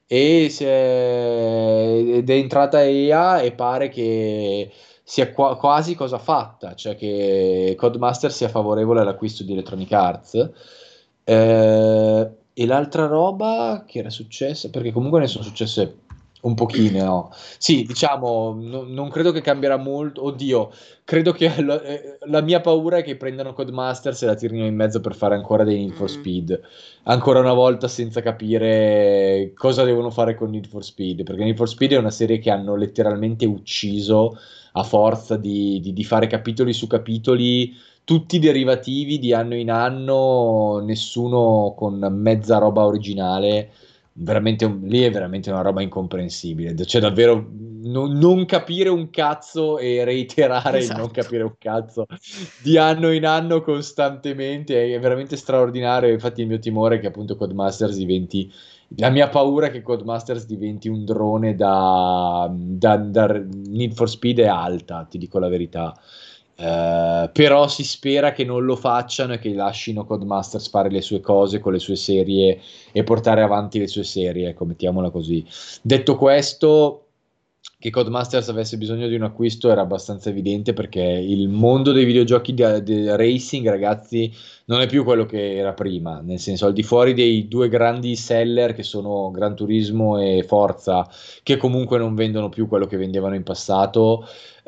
ed è entrata EA e pare che sia quasi cosa fatta, cioè che Codemaster sia favorevole all'acquisto di Electronic Arts. E l'altra roba che era successa, perché comunque ne sono successe un pochino, no? Sì, diciamo, non credo che cambierà molto. Oddio, credo che la mia paura è che prendano Codemasters e la tirino in mezzo per fare ancora dei Need for Mh. Speed. Ancora una volta senza capire cosa devono fare con Need for Speed, perché Need for Speed è una serie che hanno letteralmente ucciso a forza di fare capitoli su capitoli tutti derivativi di anno in anno, nessuno con mezza roba originale. Veramente lì è veramente una roba incomprensibile. Cioè, davvero non capire un cazzo e reiterare il non Esatto. capire un cazzo di anno in anno costantemente è veramente straordinario. Infatti, il mio timore è che appunto Codemasters diventi. La mia paura è che Codemasters diventi un drone da Need for Speed è alta, ti dico la verità. Però si spera che non lo facciano e che lasciino Codemasters fare le sue cose con le sue serie e portare avanti le sue serie, ecco, mettiamola così. Detto questo, che Codemasters avesse bisogno di un acquisto era abbastanza evidente perché il mondo dei videogiochi di racing, ragazzi, non è più quello che era prima, nel senso, al di fuori dei due grandi seller che sono Gran Turismo e Forza, che comunque non vendono più quello che vendevano in passato.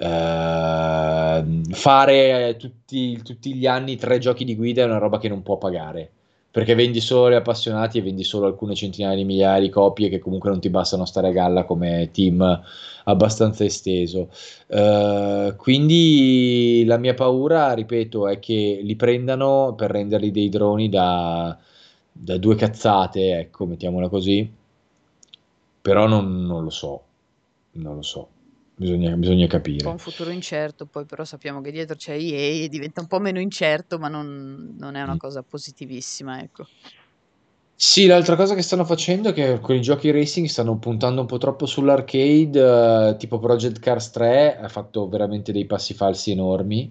Fare tutti gli anni tre giochi di guida è una roba che non può pagare perché vendi solo agli appassionati e vendi solo alcune centinaia di migliaia di copie che comunque non ti bastano a stare a galla come team abbastanza esteso. Quindi la mia paura, ripeto, è che li prendano per renderli dei droni da due cazzate, ecco, mettiamola così, però non lo so, non lo so, bisogna Po' capire. un futuro incerto, poi però sappiamo che dietro c'è EA e diventa un po' meno incerto, ma non è una Mm. cosa positivissima, ecco. Sì, l'altra cosa che stanno facendo è che con i giochi racing stanno puntando un po' troppo sull'arcade, tipo Project Cars 3 ha fatto veramente dei passi falsi enormi,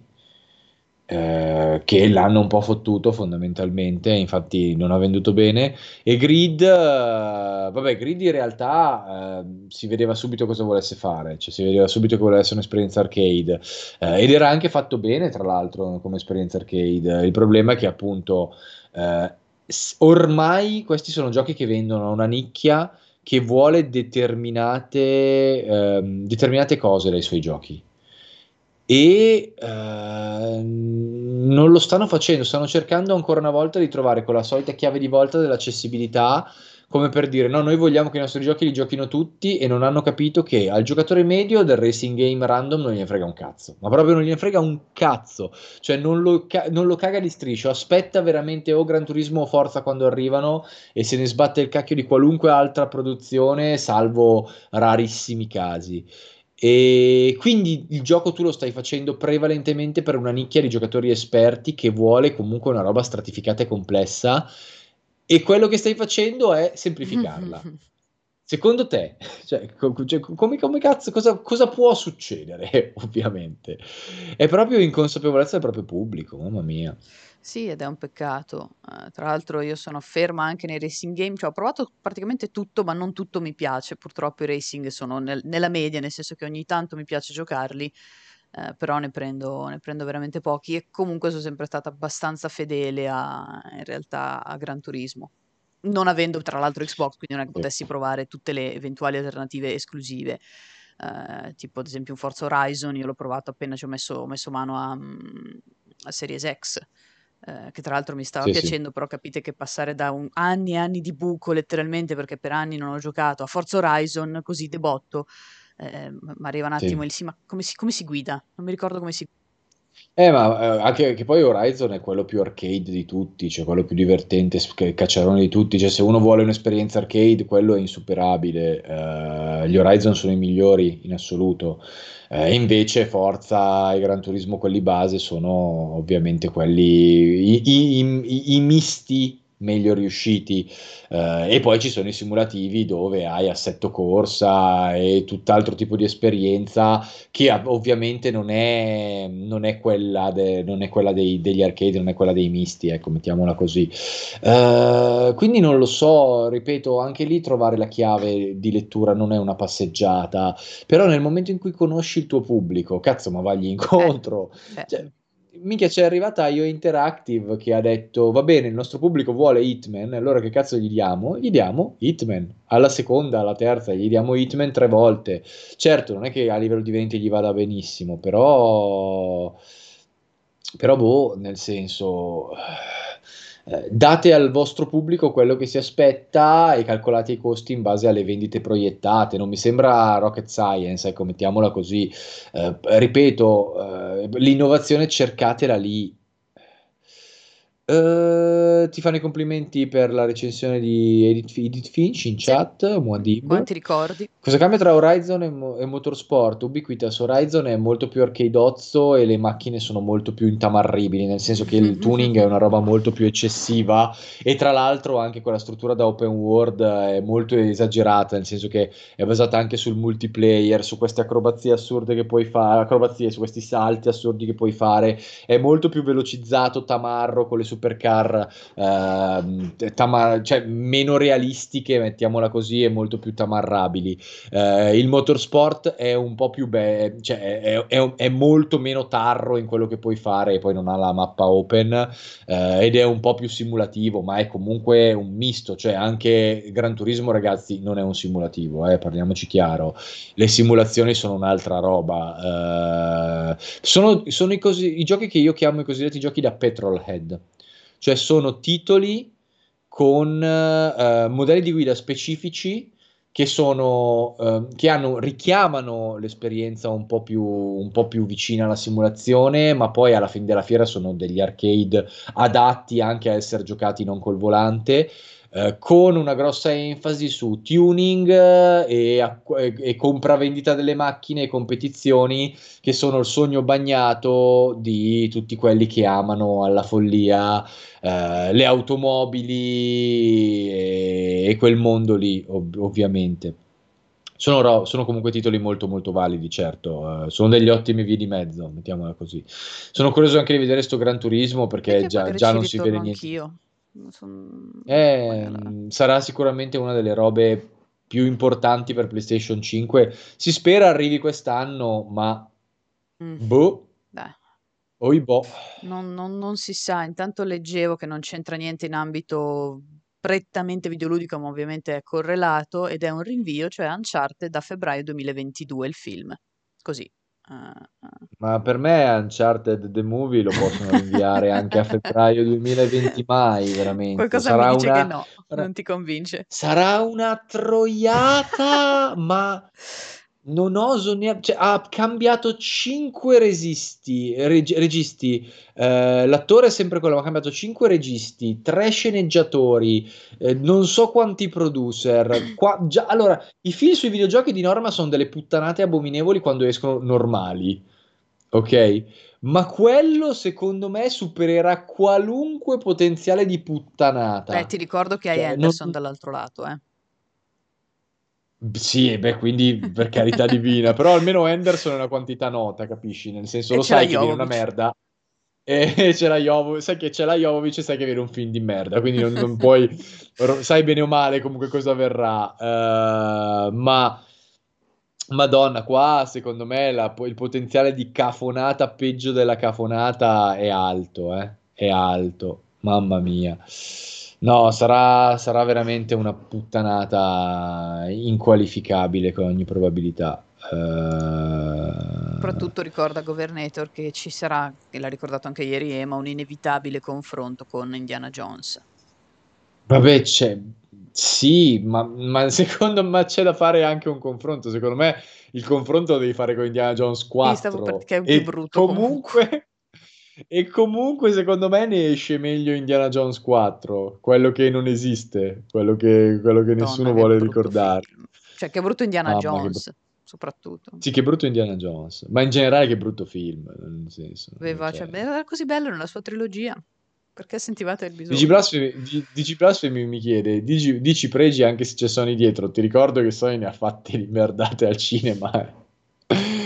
che l'hanno un po' fottuto fondamentalmente, infatti non ha venduto bene. E Grid, vabbè, Grid in realtà si vedeva subito cosa volesse fare, cioè si vedeva subito che volesse essere un'esperienza arcade, ed era anche fatto bene, tra l'altro, come esperienza arcade. Il problema è che appunto ormai questi sono giochi che vendono a una nicchia che vuole determinate cose dai suoi giochi e non lo stanno facendo, stanno cercando ancora una volta di trovare quella solita chiave di volta dell'accessibilità, come per dire no, noi vogliamo che i nostri giochi li giochino tutti e non hanno capito che al giocatore medio del racing game random non gliene frega un cazzo, ma proprio non gliene frega un cazzo, cioè non lo caga di striscio, aspetta veramente o Gran Turismo o Forza quando arrivano e se ne sbatte il cacchio di qualunque altra produzione, salvo rarissimi casi. E quindi il gioco tu lo stai facendo prevalentemente per una nicchia di giocatori esperti che vuole comunque una roba stratificata e complessa, e quello che stai facendo è semplificarla. Secondo te, cioè, come cazzo, cosa può succedere, ovviamente? È proprio inconsapevolezza del proprio pubblico, mamma mia. Sì, ed è un peccato. Tra l'altro io sono ferma anche nei racing game, cioè ho provato praticamente tutto, ma non tutto mi piace. Purtroppo i racing sono nella media, nel senso che ogni tanto mi piace giocarli, però ne prendo veramente pochi e comunque sono sempre stata abbastanza fedele in realtà a Gran Turismo. Non avendo tra l'altro Xbox, quindi non è che Sì, potessi provare tutte le eventuali alternative esclusive. Tipo ad esempio un Forza Horizon, io l'ho provato appena ci ho messo mano a Series X, che tra l'altro mi stava sì, sì, piacendo, però capite che passare da anni e anni di buco letteralmente, perché per anni non ho giocato, a Forza Horizon così de botto, mi arriva un attimo sì. il sì, ma come si guida? Non mi ricordo come si. Ma anche che poi Horizon è quello più arcade di tutti, cioè quello più divertente, cacciarone di tutti. Cioè, se uno vuole un'esperienza arcade, quello è insuperabile. Gli Horizon sono i migliori in assoluto. Invece Forza e Gran Turismo, quelli base, sono ovviamente quelli i misti meglio riusciti. E poi ci sono i simulativi dove hai assetto corsa e tutt'altro tipo di esperienza che ovviamente non è quella degli arcade, non è quella dei misti, ecco, mettiamola così. Quindi non lo so, ripeto, anche lì trovare la chiave di lettura non è una passeggiata, però nel momento in cui conosci il tuo pubblico, cazzo, ma vagli Eh, incontro. cioè, Cioè, minchia, c'è arrivata IO Interactive che ha detto, va bene, il nostro pubblico vuole Hitman, allora che cazzo gli diamo? Gli diamo Hitman, alla seconda, alla terza, gli diamo Hitman 3 volte. Certo, non è che a livello di vendite gli vada benissimo, però boh, nel senso, date al vostro pubblico quello che si aspetta e calcolate i costi in base alle vendite proiettate. Non mi sembra rocket science, ecco, mettiamola così. Ripeto, l'innovazione cercatela lì. Ti fanno i complimenti per la recensione di Edith Finch in Sì, chat, Muad'Dib. quanti ricordi? Cosa cambia tra Horizon e Motorsport? Ubiquitous Horizon è molto più arcadeozzo e le macchine sono molto più intamarribili, nel senso che il tuning è una roba molto più eccessiva e tra l'altro anche quella struttura da open world è molto esagerata, nel senso che è basata anche sul multiplayer, su queste acrobazie assurde che puoi fare, acrobazie, su questi salti assurdi che puoi fare, è molto più velocizzato, tamarro con le supercar, cioè meno realistiche, mettiamola così, e molto più tamarrabili. Il motorsport è un po' più cioè è molto meno tarro in quello che puoi fare e poi non ha la mappa open, ed è un po' più simulativo, ma è comunque un misto, cioè anche Gran Turismo, ragazzi, non è un simulativo, parliamoci chiaro, le simulazioni sono un'altra roba. Sono i giochi che io chiamo i cosiddetti giochi da petrolhead, cioè sono titoli con modelli di guida specifici che richiamano l'esperienza un po' più vicina alla simulazione, ma poi alla fine della fiera sono degli arcade adatti anche a essere giocati non col volante, con una grossa enfasi su tuning e compravendita delle macchine e competizioni che sono il sogno bagnato di tutti quelli che amano alla follia le automobili e quel mondo lì, ovviamente. Sono comunque titoli molto molto validi, certo, sono degli ottimi vie di mezzo, mettiamola così. Sono curioso anche di vedere sto Gran Turismo Sai perché che già, magari già ci non si vede ritorno niente. anch'io. Magari allora. Sarà sicuramente una delle robe più importanti per PlayStation 5. Si spera arrivi quest'anno, ma Mm, boh, dai. oibò. Non si sa, intanto leggevo che non c'entra niente in ambito prettamente videoludico, ma ovviamente è correlato ed è un rinvio, cioè Uncharted da febbraio 2022, il film. Così. Ma per me Uncharted The Movie lo possono rinviare anche a febbraio 2020 mai, veramente. Qualcosa mi dice che no, non ti convince. Sarà una troiata, ma non oso neanche. Cioè, ha cambiato 5 registi. L'attore è sempre quello, ma ha cambiato 5 registi, 3 sceneggiatori, non so quanti producer. Allora, i film sui videogiochi di norma sono delle puttanate abominevoli quando escono normali, ok? Ma quello secondo me supererà qualunque potenziale di Beh, puttanata. ti ricordo che hai Cioè, non. Anderson dall'altro lato, eh. Sì, e beh, quindi per carità divina, però almeno Henderson è una quantità nota, capisci? Nel senso, E lo c'è la sai che viene una Jovovic. merda e c'è la Jovo, sai che c'è la Jovovic e sai che viene un film di merda, quindi non puoi, sai bene o male comunque cosa avverrà. Ma Madonna, qua secondo me il potenziale di cafonata peggio della cafonata è alto, eh? È alto, mamma mia. No, sarà veramente una puttanata inqualificabile con ogni probabilità. Soprattutto ricorda Governator che ci sarà, e l'ha ricordato anche ieri Ema, un inevitabile confronto con Indiana Jones. Vabbè, sì, ma secondo me c'è da fare anche un confronto. Secondo me il confronto lo devi fare con Indiana Jones Sì, stavo per 4 che è più e brutto comunque. comunque, e comunque secondo me ne esce meglio Indiana Jones 4, quello che non esiste, quello che Madonna, nessuno che vuole brutto ricordare. film. Cioè, che brutto Indiana Mamma che brutto. Jones, soprattutto. Sì, che brutto Indiana Jones, ma in generale che brutto film, nel senso, Cioè, cioè. beh, era così bello nella sua trilogia. Perché sentivate il Dici bisogno? blasfemi, dici blasfemi, mi chiede, dici pregi anche se c'è Sony dietro. Ti ricordo che Sony ne ha fatte di merdate al cinema.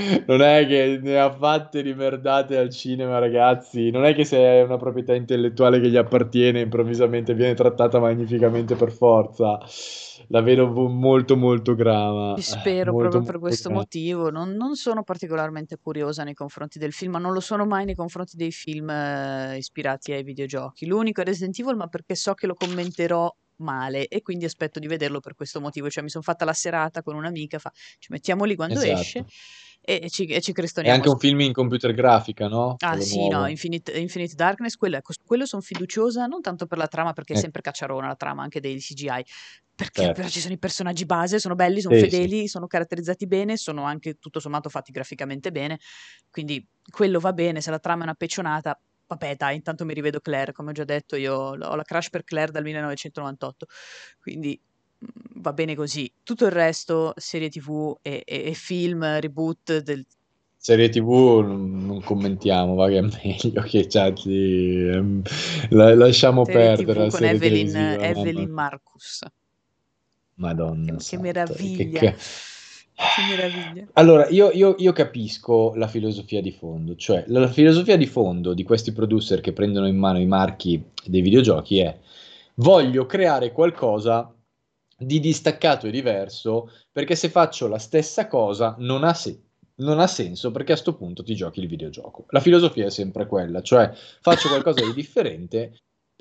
Non è che ne ha fatte di merdate al cinema, ragazzi. Non è che se è una proprietà intellettuale che gli appartiene, improvvisamente viene trattata magnificamente per forza. La vedo molto molto grama. Ci spero Molto proprio per molto questo grama. motivo. Non sono particolarmente curiosa nei confronti del film, ma non lo sono mai nei confronti dei film ispirati ai videogiochi. L'unico è Resident Evil, ma perché so che lo commenterò male e quindi aspetto di vederlo per questo motivo. Cioè, mi sono fatta la serata con un'amica, ci mettiamo lì quando esce Esatto. e ci È crestoniamo. anche un film in computer grafica, no? Ah Quello sì, no, nuovo. Infinite Darkness, quello son fiduciosa, non tanto per la trama, perché è Ecco, sempre cacciarona la trama anche dei CGI, perché però certo. ci sono i personaggi base, sono belli, son Sì, sì. fedeli, sono caratterizzati bene, sono anche tutto sommato fatti graficamente bene, quindi quello va bene. Se la trama è una peccionata, vabbè dai, intanto mi rivedo Claire, come ho già detto io ho la crush per Claire dal 1998, quindi va bene così. Tutto il resto, serie TV e film, reboot del Serie TV non commentiamo, va che è meglio che cioè, lasciamo serie perdere TV la con serie Evelyn, televisiva, mamma Evelyn mia. Marcus. Madonna Che santa, meraviglia, che meraviglia. Allora, io capisco la filosofia di fondo, cioè la filosofia di fondo di questi producer che prendono in mano i marchi dei videogiochi è: voglio creare qualcosa di distaccato e diverso, perché se faccio la stessa cosa non ha senso, perché a sto punto ti giochi il videogioco. La filosofia è sempre quella, cioè faccio qualcosa di differente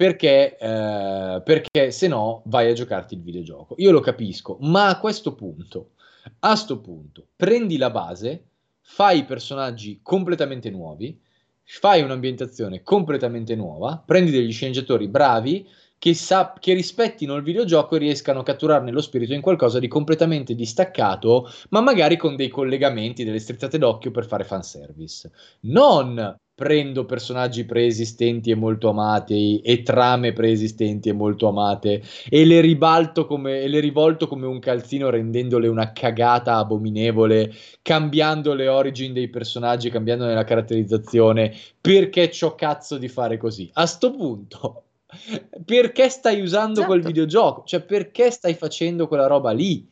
perché se no vai a giocarti il videogioco. Io lo capisco, ma a sto punto, prendi la base, fai i personaggi completamente nuovi, fai un'ambientazione completamente nuova, prendi degli sceneggiatori bravi che rispettino il videogioco e riescano a catturarne lo spirito in qualcosa di completamente distaccato, ma magari con dei collegamenti, delle strizzate d'occhio per fare fanservice. Non prendo personaggi preesistenti e molto amati e trame preesistenti e molto amate e le rivolto come un calzino rendendole una cagata abominevole, cambiando le origin dei personaggi, cambiandone la caratterizzazione, perché c'ho cazzo di fare così. A sto punto, perché stai usando quel Esatto, videogioco? Cioè, perché stai facendo quella roba lì?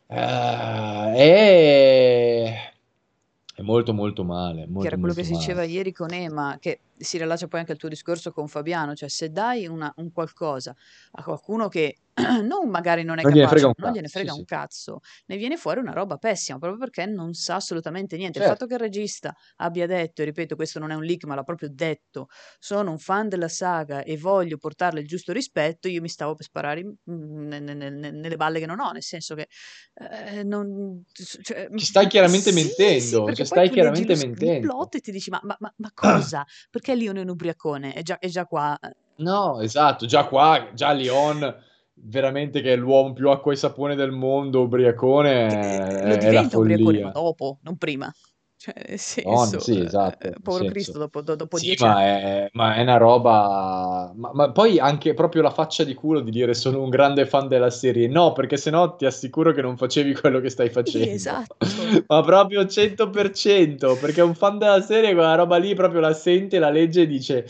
È molto molto male, che era molto quello che molto si diceva male. ieri con Ema, che si riallaccia poi anche al tuo discorso con Fabiano, cioè se dai un qualcosa a qualcuno che non magari non è Non gliene frega capace, un ma non cazzo, gliene sì, frega un sì. cazzo, ne viene fuori una roba pessima, proprio perché non sa assolutamente niente. Il Certo. fatto che il regista abbia detto, e ripeto, questo non è un leak, ma l'ha proprio detto, sono un fan della saga e voglio portarle il giusto rispetto, io mi stavo per sparare nelle balle che non ho, nel senso che non, cioè, Ci stai chiaramente sì, sì, mentendo, perché cioè poi stai tu leggi chiaramente il mentendo. plot e ti dici: ma cosa? Perché Leone è un ubriacone? È già qua. No, esatto, già qua, già Leon, veramente che è l'uomo più acqua e sapone del mondo, Che, ubriacone, lo è la diventa ubriacone, ma follia. dopo, non prima. Cioè, nel Madonna, senso, sì, esatto, nel povero senso. Cristo, dopo Sì, 10 anni. ma è una roba. Ma poi anche proprio la faccia di culo di dire sono un grande fan della serie. No, perché sennò ti assicuro che non facevi quello che stai Sì, facendo. esatto. Ma proprio 100%, perché un fan della serie quella roba lì proprio la sente, la legge e dice.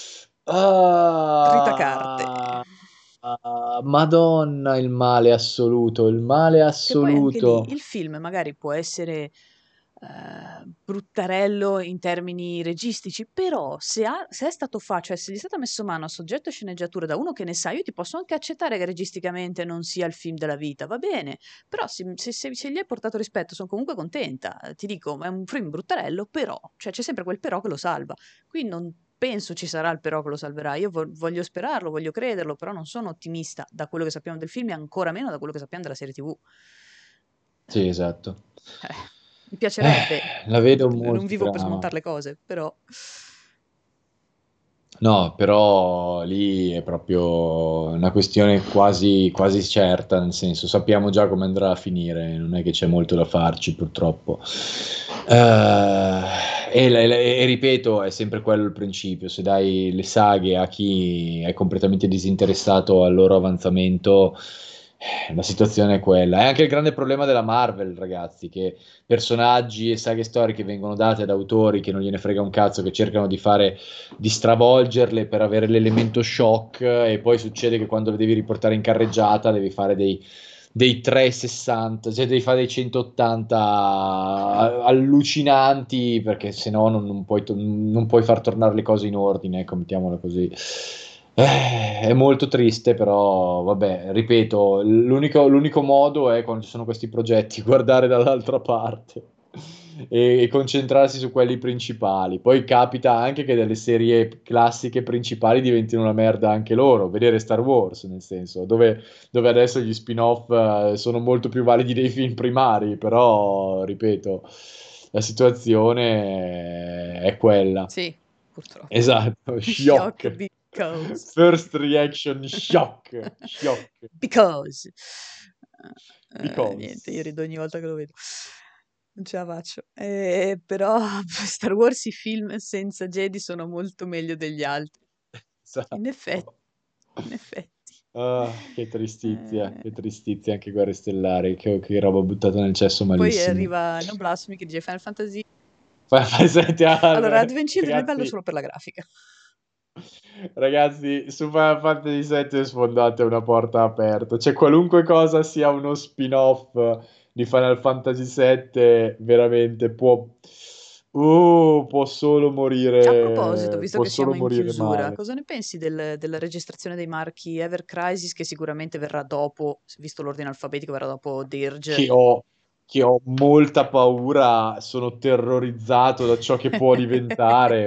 Tritacarte. Ah, Madonna, il male Che poi anche lì assoluto. il film magari può essere bruttarello in termini registici, però se è stato cioè se gli è stato messo mano a soggetto e sceneggiatura da uno che ne sa, io ti posso anche accettare che registicamente non sia il film della vita, va bene, però se gli hai portato rispetto sono comunque contenta. Ti dico, è un film bruttarello, però, cioè c'è sempre quel però che lo salva. Qui non penso ci sarà il però che lo salverà. Io voglio sperarlo, voglio crederlo, però non sono ottimista da quello che sappiamo del film e ancora meno da quello che sappiamo della serie TV. Sì, esatto. Mi piacerebbe, La vedo non molto vivo per grama. smontare le cose, però No, però lì è proprio una questione quasi, quasi certa, nel senso sappiamo già come andrà a finire, non è che c'è molto da farci purtroppo. E ripeto, è sempre quello il principio, se dai le saghe a chi è completamente disinteressato al loro avanzamento, la situazione è quella. È anche il grande problema della Marvel, ragazzi, che personaggi e saghe storiche vengono date ad autori che non gliene frega un cazzo, che cercano di stravolgerle per avere l'elemento shock e poi succede che quando le devi riportare in carreggiata devi fare dei 360, cioè devi fare dei 180 allucinanti, perché se no non puoi far tornare le cose in ordine, ecco, mettiamola così. È molto triste, però vabbè, ripeto, l'unico modo è quando ci sono questi progetti, guardare dall'altra parte e concentrarsi su quelli principali. Poi capita anche che delle serie classiche principali diventino una merda anche loro, vedere Star Wars, nel senso, dove adesso gli spin-off sono molto più validi dei film primari, però, ripeto, la situazione è quella. Sì, purtroppo. Esatto, Shock shock. because. First reaction, shock, shock, Because. Niente, io because. rido ogni volta che lo vedo. Non ce la faccio. Però Star Wars, i film senza Jedi sono molto meglio degli altri. In effetti, Esatto. in effetti. Ah, Eh, che tristizia anche Guerre Stellari, che roba buttata nel cesso Poi malissimo. arriva No Blasphemy che dice Final Fantasy. Fai 7 Allora, anni, Advent Children è bello ragazzi, solo per la grafica. ragazzi, su Final Fantasy VII sfondate una porta aperta, cioè qualunque cosa sia uno spin-off di Final Fantasy VII veramente può A proposito, visto può che solo siamo in morire chiusura, male. cosa ne pensi della registrazione dei marchi Ever Crisis che sicuramente verrà dopo, visto l'ordine alfabetico, verrà dopo Dirge? che ho, che ho molta paura, sono terrorizzato da ciò che può diventare,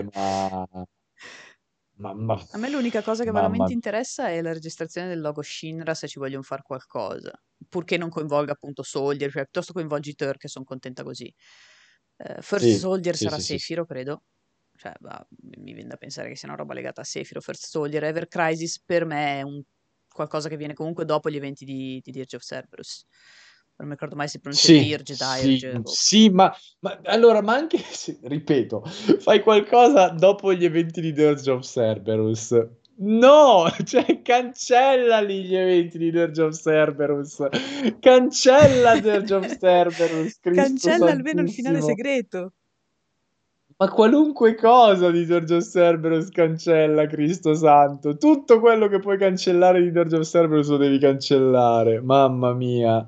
ma, ma- A me l'unica cosa che mamma vagamente mia. interessa è la registrazione del logo Shinra se ci vogliono fare qualcosa, purché non coinvolga appunto Soldier, cioè piuttosto coinvolgi Tur che sono contenta così. First Sì, Soldier sì, sarà sì, sì, sì. Sephiroth, credo. Cioè, mi viene da pensare che sia una roba legata a Sephiroth, First Soldier. Ever Crisis per me è qualcosa che viene comunque dopo gli eventi di Dirge of Cerberus. Non mi ricordo mai se pronuncia Sì, Dirge, sì, Dirge. Boh. sì, ma allora, ma anche se, ripeto, fai qualcosa dopo gli eventi di Dirge of Cerberus. No, cioè cancellali gli eventi di Dirge of Cerberus. Cancella Dirge of Cerberus, Cristo Cancella almeno il finale Santissimo. segreto. Ma qualunque cosa di Giorgio Cerberus cancella, Cristo Santo. Tutto quello che puoi cancellare di Giorgio Cerberus lo devi cancellare. Mamma mia.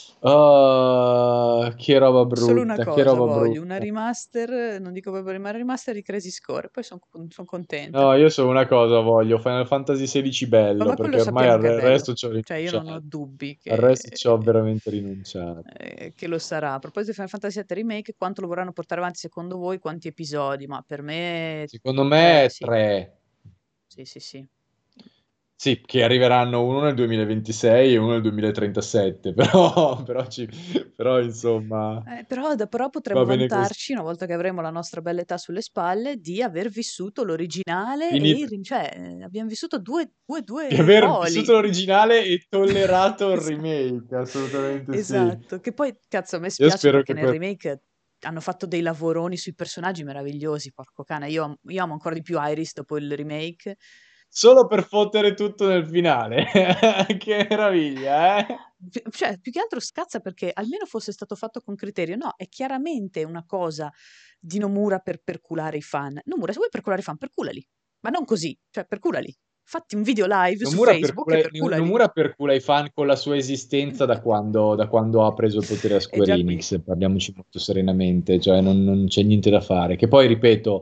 Oh, che roba Solo una brutta, che cosa roba voglio, una brutta. remaster, non dico proprio ma remaster di Crazy Score, poi sono contenta. No, io solo una cosa voglio, Final Fantasy XVI bello, Ma quello perché ormai sappiamo che è al bello, resto ci ho cioè io non ho rinunciato. dubbi Al resto ci ho veramente rinunciato. che lo sarà. A proposito di Final Fantasy VII Remake, quanto lo vorranno portare avanti secondo voi? Quanti episodi? Ma per me Secondo me 3, è sì, 3. sì, sì, sì. Sì, che arriveranno uno nel 2026 e uno nel 2037, però insomma Però potremmo va bene così. vantarci, una volta che avremo la nostra bella età sulle spalle, di aver vissuto l'originale e Finito cioè, abbiamo vissuto di due aver vissuto poli. l'originale e tollerato il Esa remake, assolutamente sì. esatto. Che poi, cazzo, a me Io spiace spero perché che nel per remake hanno fatto dei lavoroni sui personaggi meravigliosi, porco cane. Io amo ancora di più Iris dopo il remake. solo per fottere tutto nel finale. Che meraviglia, eh? Cioè, più che altro scazza perché almeno fosse stato fatto con criterio. No, è chiaramente una cosa di Nomura per perculare i fan. Nomura, se vuoi perculare i fan, perculali. Ma non così, cioè perculali. Fatti un video live su Facebook e perculali. Nomura percula i fan con la sua esistenza da quando ha preso il potere a È Square già qui. Enix, parliamoci molto serenamente, cioè non c'è niente da fare. Che poi, ripeto,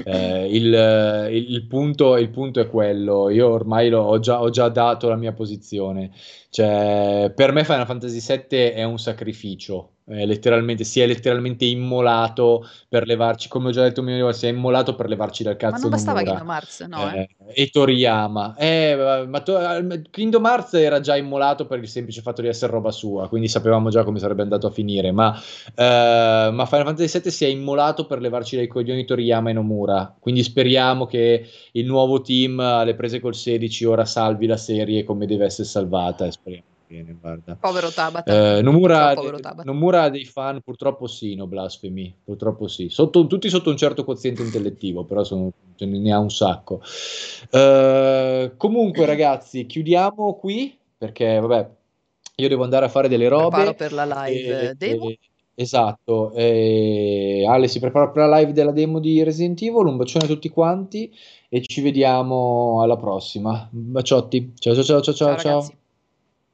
il punto è quello, io ormai ho già dato la mia posizione, cioè, per me Final Fantasy VII è un sacrificio, si è letteralmente immolato per levarci, come ho già detto milioni di volte, si è immolato per levarci dal Ma non cazzo bastava Nomura Kingdom Hearts? No, eh? e Toriyama. Kingdom Hearts era già immolato per il semplice fatto di essere roba sua, quindi sapevamo già come sarebbe andato a finire, ma Final Fantasy VII si è immolato per levarci dai coglioni Toriyama e Nomura, quindi speriamo che il nuovo team alle prese col 16 ora salvi la serie come deve essere salvata e speriamo bene, guarda. Povero Tabata. Lo so, povero Tabata. Nomura ha dei fan, purtroppo sì, no blasfemi, purtroppo sì. Tutti sotto un certo quoziente intellettivo, però ne ha un sacco. Comunque, ragazzi, chiudiamo qui perché, vabbè, io devo andare a fare delle Preparo robe. per la live demo. Esatto. Ale si prepara per la live della demo di Resident Evil. Un bacione a tutti quanti e ci vediamo alla prossima. Baciotti. Ciao ciao ciao ciao Ciao ciao ragazzi. ciao.